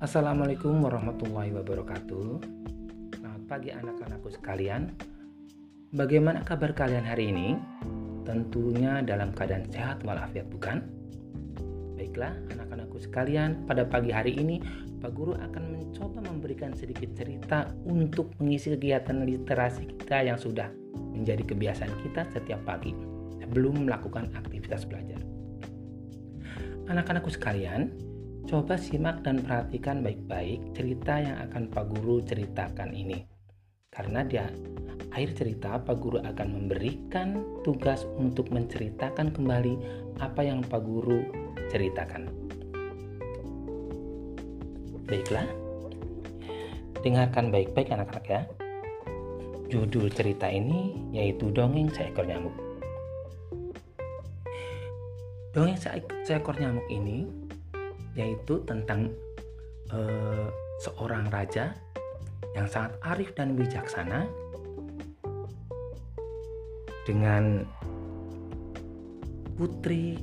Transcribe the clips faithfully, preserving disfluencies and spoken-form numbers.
Assalamualaikum warahmatullahi wabarakatuh. Selamat pagi anak-anakku sekalian. Bagaimana kabar kalian hari ini? Tentunya dalam keadaan sehat walafiat, bukan? Baiklah anak-anakku sekalian, pada pagi hari ini Pak Guru akan mencoba memberikan sedikit cerita untuk mengisi kegiatan literasi kita yang sudah menjadi kebiasaan kita setiap pagi sebelum melakukan aktivitas belajar. Anak-anakku sekalian, coba simak dan perhatikan baik-baik cerita yang akan Pak Guru ceritakan ini. Karena di akhir cerita, Pak Guru akan memberikan tugas untuk menceritakan kembali apa yang Pak Guru ceritakan. Baiklah, dengarkan baik-baik anak-anak ya. Judul cerita ini yaitu Dongeng Seekor Nyamuk. Dongeng Seekor Nyamuk ini yaitu tentang uh, seorang raja yang sangat arif dan bijaksana dengan putri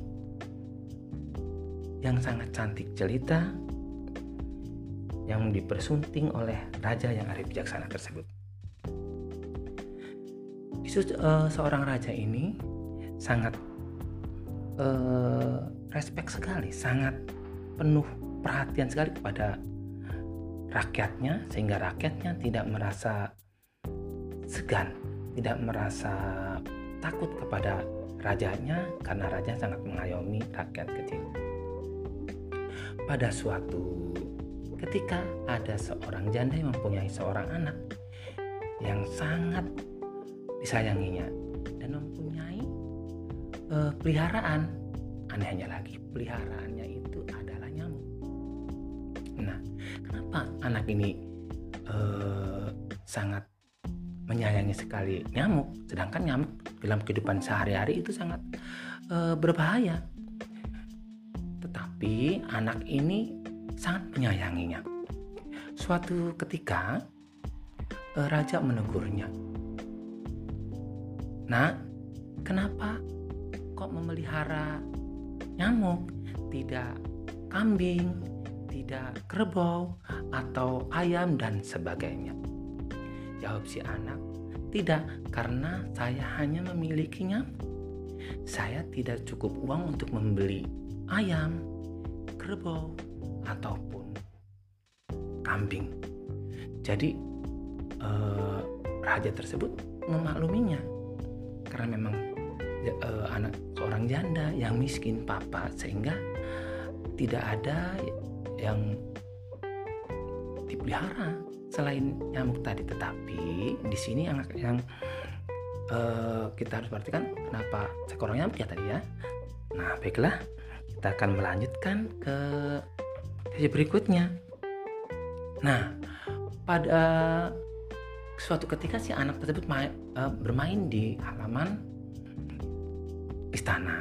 yang sangat cantik jelita yang dipersunting oleh raja yang arif bijaksana tersebut. Isu, uh, seorang raja ini sangat uh, respect sekali, sangat penuh perhatian sekali kepada rakyatnya, sehingga rakyatnya tidak merasa segan, tidak merasa takut kepada rajanya karena raja sangat mengayomi rakyat kecil. Pada suatu ketika ada seorang janda yang mempunyai seorang anak yang sangat disayanginya dan mempunyai uh, peliharaan. Anehnya lagi, peliharaannya itu adalah nyamuk. Nah, kenapa anak ini uh, sangat menyayangi sekali nyamuk, sedangkan nyamuk dalam kehidupan sehari-hari itu sangat uh, berbahaya. Tetapi anak ini sangat menyayanginya. Suatu ketika uh, raja menegurnya. Nah, kenapa kok memelihara nyamuk, tidak kambing, tidak kerbau, atau ayam dan sebagainya? Jawab si anak, tidak, karena saya hanya memiliki nyamuk. Saya tidak cukup uang untuk membeli ayam, kerbau, ataupun kambing. Jadi eh, raja tersebut memakluminya karena memang eh, anak seorang janda yang miskin papa, sehingga tidak ada yang dipelihara selain nyamuk tadi. Tetapi di sini yang, yang uh, kita harus perhatikan kenapa seekor nyamuk ya tadi ya. Nah, baiklah, kita akan melanjutkan ke sesi berikutnya. Nah, pada suatu ketika si anak tersebut main, uh, bermain di halaman istana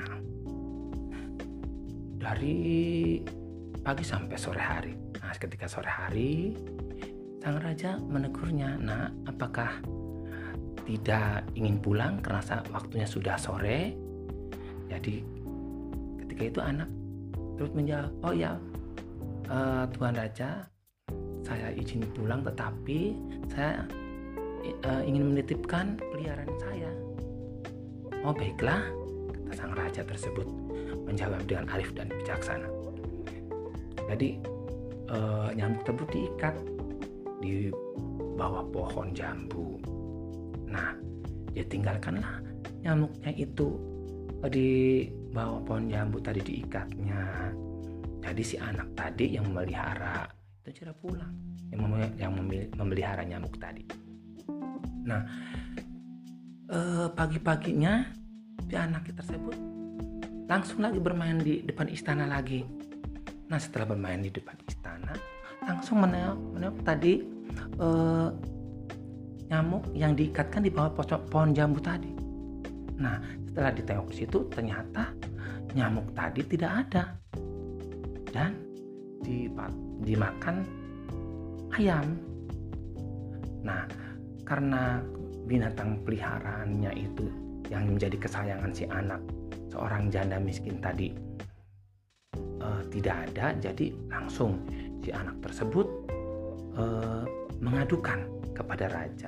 dari pagi sampai sore hari. Nah, ketika sore hari, sang raja menegurnya. Nah, apakah tidak ingin pulang karena waktunya sudah sore? Jadi ketika itu anak terus menjawab, oh ya uh, Tuan Raja, saya izin pulang, tetapi saya uh, ingin menitipkan peliharaan saya. Oh baiklah, kata sang raja tersebut menjawab dengan arif dan bijaksana. Jadi uh, nyamuk tersebut diikat di bawah pohon jambu. Nah, dia tinggalkanlah nyamuknya itu di bawah pohon jambu tadi diikatnya. Jadi si anak tadi yang memelihara itu cara pulang, yang, mem- yang mem- memelihara nyamuk tadi. Nah, eh, pagi-paginya si anak tersebut langsung lagi bermain di depan istana lagi. Nah, setelah bermain di depan istana, langsung menengok tadi eh, nyamuk yang diikatkan di bawah pohon jambu tadi. Nah, setelah ditengok ke situ, ternyata nyamuk tadi tidak ada dan dimakan ayam. Nah, karena binatang peliharaannya itu yang menjadi kesayangan si anak, seorang janda miskin tadi uh, tidak ada, jadi langsung si anak tersebut uh, mengadukan kepada raja.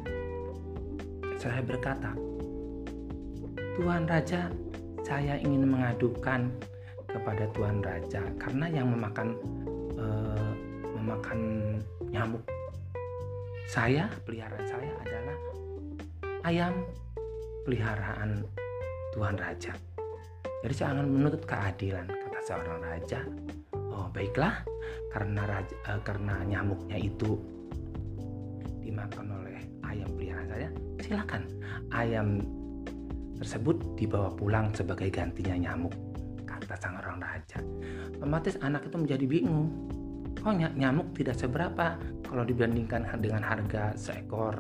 Saya berkata, Tuan Raja, saya ingin mengadukan kepada Tuan Raja karena yang memakan uh, memakan nyamuk saya, peliharaan saya adalah ayam peliharaan Tuan Raja. Jadi saya akan menuntut keadilan, kata seorang raja. Oh baiklah, karena raja, uh, karena nyamuknya itu dimakan oleh ayam peliharaan saya, silakan ayam tersebut dibawa pulang sebagai gantinya nyamuk, kata sang orang raja. Otomatis anak itu menjadi bingung. Oh nyamuk tidak seberapa kalau dibandingkan dengan harga seekor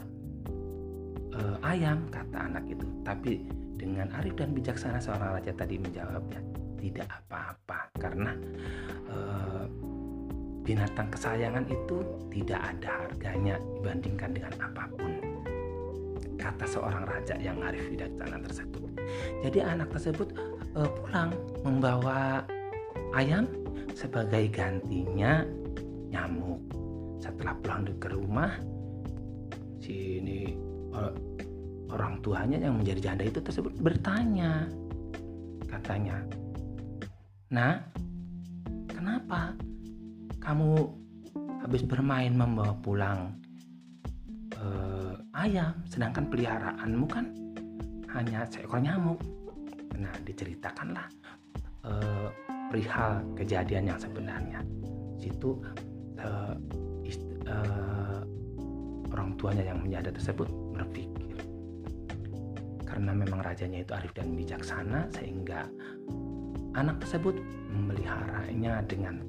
uh, ayam, kata anak itu. Tapi dengan arif dan bijaksana seorang raja tadi menjawabnya, tidak apa-apa karena uh, binatang kesayangan itu tidak ada harganya dibandingkan dengan apapun, kata seorang raja yang arif bijaksana tersebut. Jadi anak tersebut uh, pulang membawa ayam sebagai gantinya nyamuk. Setelah pulang ke rumah, si ini uh, orang tuanya yang menjadi janda itu tersebut bertanya, katanya, "Nah, kenapa kamu habis bermain membawa pulang uh, ayam, sedangkan peliharaanmu kan hanya seekor nyamuk?" Nah, diceritakanlah uh, perihal kejadian yang sebenarnya. Situ uh, ist- uh, orang tuanya yang menjanda tersebut berpikir, karena memang rajanya itu arif dan bijaksana sehingga anak tersebut memeliharanya dengan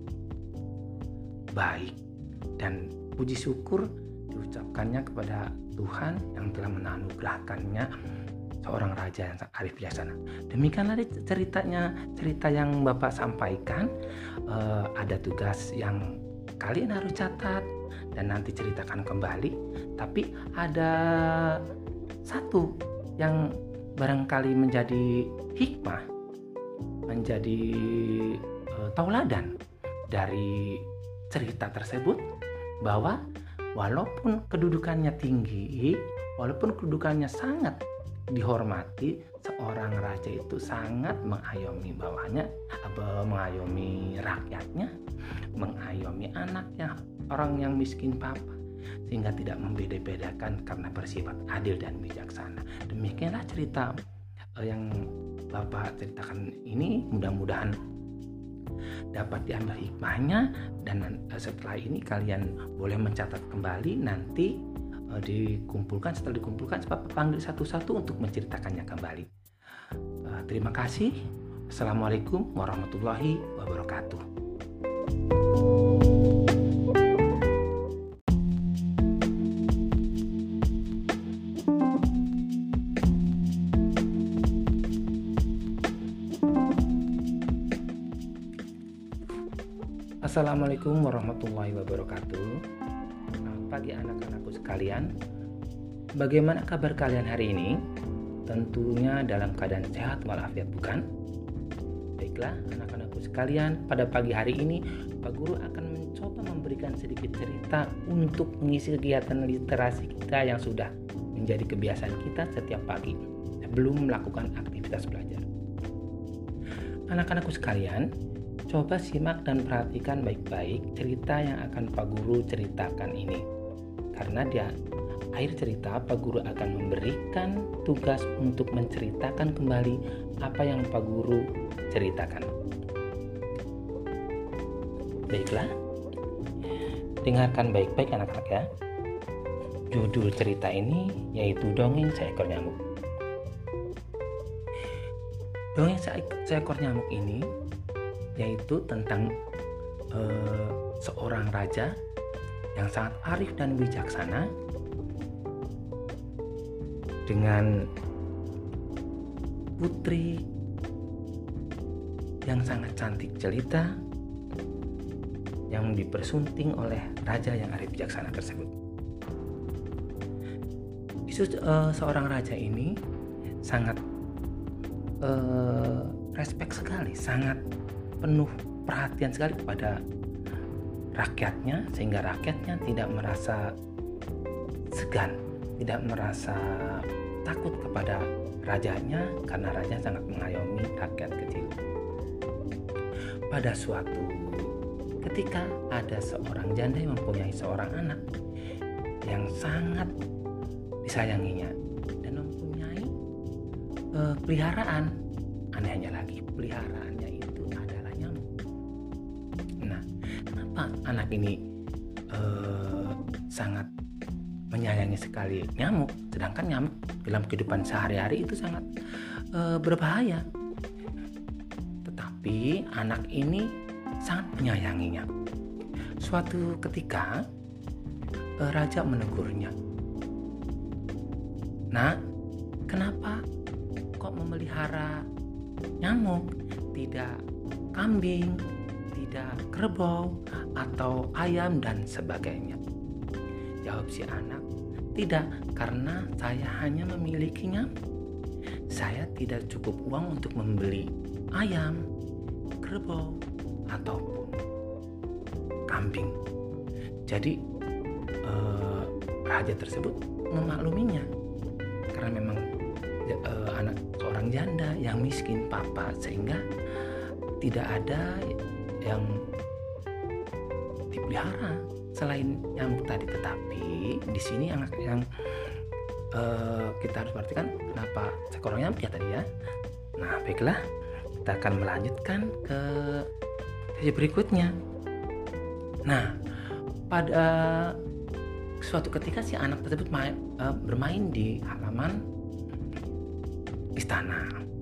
baik, dan puji syukur diucapkannya kepada Tuhan yang telah menganugerahkannya seorang raja yang arif bijaksana. Demikianlah ceritanya, cerita yang Bapak sampaikan. Uh, ada tugas yang kalian harus catat dan nanti ceritakan kembali. Tapi ada satu yang barangkali menjadi hikmah, menjadi uh, tauladan dari cerita tersebut, bahwa walaupun kedudukannya tinggi, walaupun kedudukannya sangat dihormati, seorang raja itu sangat mengayomi bawahnya, mengayomi rakyatnya, mengayomi anaknya, orang yang miskin papa, sehingga tidak membeda-bedakan karena bersifat adil dan bijaksana. Demikianlah cerita yang Bapak ceritakan ini, mudah-mudahan dapat diambil hikmahnya, dan setelah ini kalian boleh mencatat kembali, nanti dikumpulkan, setelah dikumpulkan Bapak panggil satu-satu untuk menceritakannya kembali. Uh, terima kasih. Assalamualaikum warahmatullahi wabarakatuh. Assalamualaikum warahmatullahi wabarakatuh. Pagi anak-anakku sekalian, bagaimana kabar kalian hari ini? Tentunya dalam keadaan sehat walafiat, bukan? Baiklah anak-anakku sekalian, pada pagi hari ini Pak Guru akan mencoba memberikan sedikit cerita untuk mengisi kegiatan literasi kita yang sudah menjadi kebiasaan kita setiap pagi sebelum melakukan aktivitas belajar. Anak-anakku sekalian, coba simak dan perhatikan baik-baik cerita yang akan Pak Guru ceritakan ini. Karena di akhir cerita, Pak Guru akan memberikan tugas untuk menceritakan kembali apa yang Pak Guru ceritakan. Baiklah, dengarkan baik-baik anak-anak ya. Judul cerita ini yaitu Dongeng Seekor Nyamuk. Dongeng Seekor Nyamuk ini yaitu tentang uh, seorang raja yang sangat arif dan bijaksana dengan putri yang sangat cantik jelita yang dipersunting oleh raja yang arif bijaksana tersebut. Isu uh, seorang raja ini sangat uh, respect sekali, sangat penuh perhatian sekali kepada rakyatnya, sehingga rakyatnya tidak merasa segan, tidak merasa takut kepada rajanya karena raja sangat mengayomi rakyat kecil. Pada suatu ketika ada seorang janda yang mempunyai seorang anak yang sangat disayanginya dan mempunyai uh, peliharaan. Anehnya lagi, peliharaannya itu adalah nyamuk. Nah, kenapa anak ini uh, sangat menyayangi sekali nyamuk, sedangkan nyamuk dalam kehidupan sehari-hari itu sangat uh, berbahaya. Tetapi anak ini sangat menyayanginya. Suatu ketika uh, raja menegurnya. Nah, kenapa kok memelihara nyamuk, tidak kambing, tidak kerbau atau ayam dan sebagainya? Jawab si anak, tidak, karena saya hanya memiliki nyamuk. Saya tidak cukup uang untuk membeli ayam, kerbau ataupun kambing. Jadi eh, raja tersebut memakluminya karena memang eh, anak seorang janda yang miskin papa, sehingga tidak ada yang dipelihara selain nyamuk tadi. Tetapi di sini anak yang uh, kita harus perhatikan kenapa seekor nyamuk ya tadi ya. Nah, baiklah, kita akan melanjutkan ke sesi berikutnya. Nah, pada suatu ketika si anak tersebut main, uh, bermain di halaman istana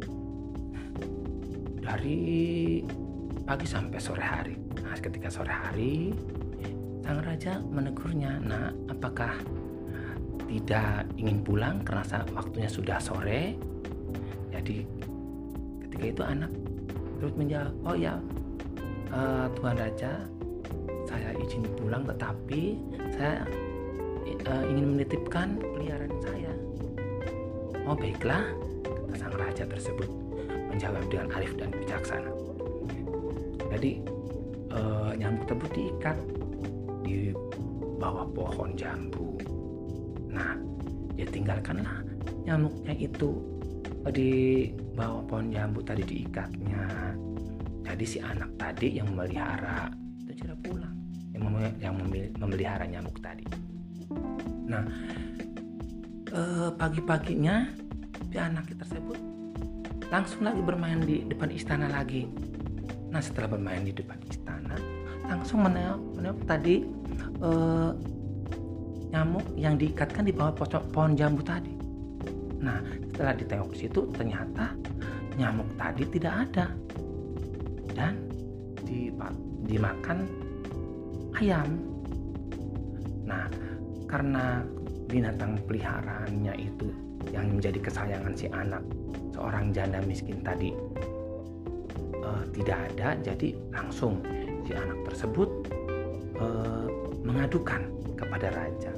dari pagi sampai sore hari. Nah, ketika sore hari, sang raja menegurnya, "Nah, apakah tidak ingin pulang karena waktunya sudah sore?" Jadi ketika itu anak terus menjawab, "Oh ya, uh, Tuan Raja, saya izin pulang, tetapi saya uh, ingin menitipkan peliharaan saya." "Oh baiklah," kata sang raja tersebut menjawab dengan arif dan bijaksana. Jadi uh, nyamuk tersebut diikat di bawah pohon jambu. Nah, dia tinggalkanlah nyamuknya itu di bawah pohon jambu tadi diikatnya. Jadi si anak tadi yang memelihara itu cara pulang, yang, mem- yang mem- memelihara nyamuk tadi. Nah, eh, pagi-paginya si anak tersebut langsung lagi bermain di depan istana lagi. Nah, setelah bermain di depan istana, langsung menengok tadi eh, nyamuk yang diikatkan di bawah pohon jambu tadi. Nah, setelah ditengok di situ, ternyata nyamuk tadi tidak ada dan dimakan ayam. Nah, karena binatang peliharaannya itu yang menjadi kesayangan si anak, seorang janda miskin tadi, uh, tidak ada, jadi langsung si anak tersebut uh, mengadukan kepada raja.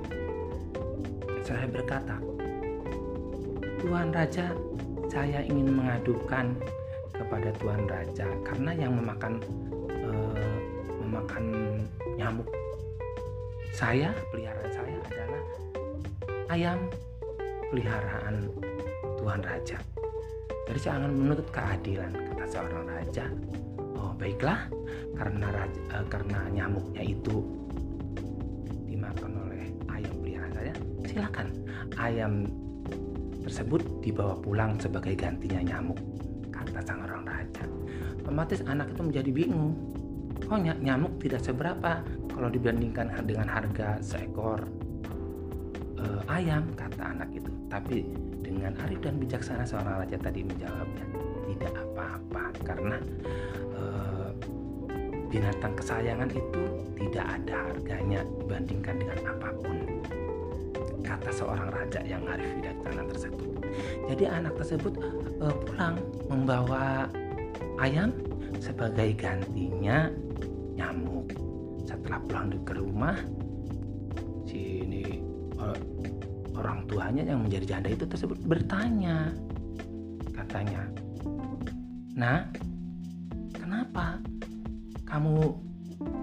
Saya berkata, "Tuan Raja, saya ingin mengadukan kepada Tuan Raja karena yang memakan uh, memakan nyamuk saya, peliharaan saya adalah ayam peliharaan Tuan Raja. Jadi saya akan menuntut keadilan," kata seorang raja. "Oh baiklah, karena raja, uh, karena nyamuknya itu dimakan oleh ayam peliharaan saya, silakan ayam tersebut dibawa pulang sebagai gantinya nyamuk," kata sang orang raja. Otomatis anak itu menjadi bingung. Oh, nyamuk tidak seberapa kalau dibandingkan dengan harga seekor uh, ayam, kata anak itu. Tapi dengan arif dan bijaksana seorang raja tadi menjawabnya, tidak apa-apa, karena uh, binatang kesayangan itu tidak ada harganya dibandingkan dengan apapun, kata seorang raja yang arif bijaksana tersebut. Jadi anak tersebut uh, pulang membawa ayam sebagai gantinya nyamuk. Setelah pulang ke rumah, si ini uh, orang tuanya yang menjadi janda itu tersebut bertanya, katanya, "Nah, kenapa kamu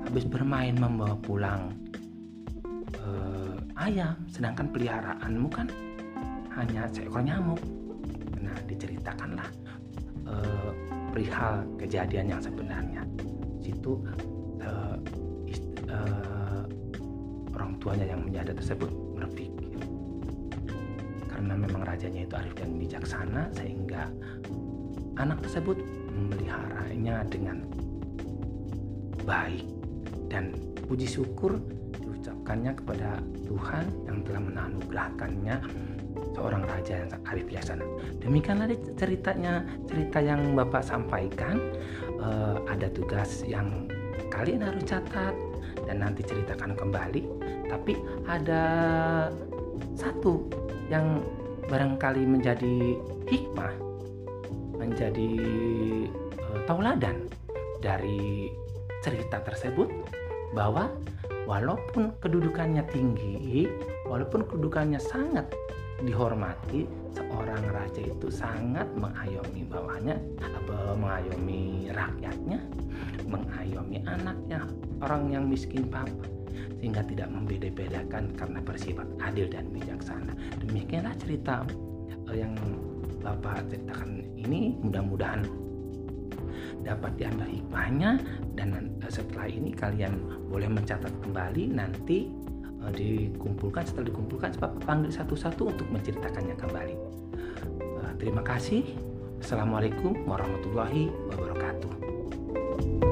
habis bermain membawa pulang uh, ayam, sedangkan peliharaanmu kan hanya seekor nyamuk. Nah, diceritakanlah uh, perihal kejadian yang sebenarnya. Situ uh, ist- uh, orang tuanya yang menjadat tersebut berpikir, karena memang rajanya itu arif dan bijaksana, sehingga anak tersebut memeliharanya dengan baik, dan puji syukur diucapkannya kepada Tuhan yang telah menganugerahkannya seorang raja yang arif bijaksana. Demikianlah ceritanya, cerita yang Bapak sampaikan. Uh, ada tugas yang kalian harus catat dan nanti ceritakan kembali. Tapi ada satu yang barangkali menjadi hikmah, menjadi uh, tauladan dari cerita tersebut, bahwa walaupun kedudukannya tinggi, walaupun kedudukannya sangat dihormati, seorang raja itu sangat mengayomi bawahnya, apa, mengayomi rakyatnya, mengayomi anaknya, orang yang miskin papa, sehingga tidak membeda-bedakan karena bersifat adil dan bijaksana. Demikianlah cerita yang Bapak ceritakan ini, mudah-mudahan dapat diambil hikmahnya, dan setelah ini kalian boleh mencatat kembali, nanti uh, dikumpulkan, setelah dikumpulkan Bapak panggil satu-satu untuk menceritakannya kembali. Uh, terima kasih. Assalamualaikum warahmatullahi wabarakatuh.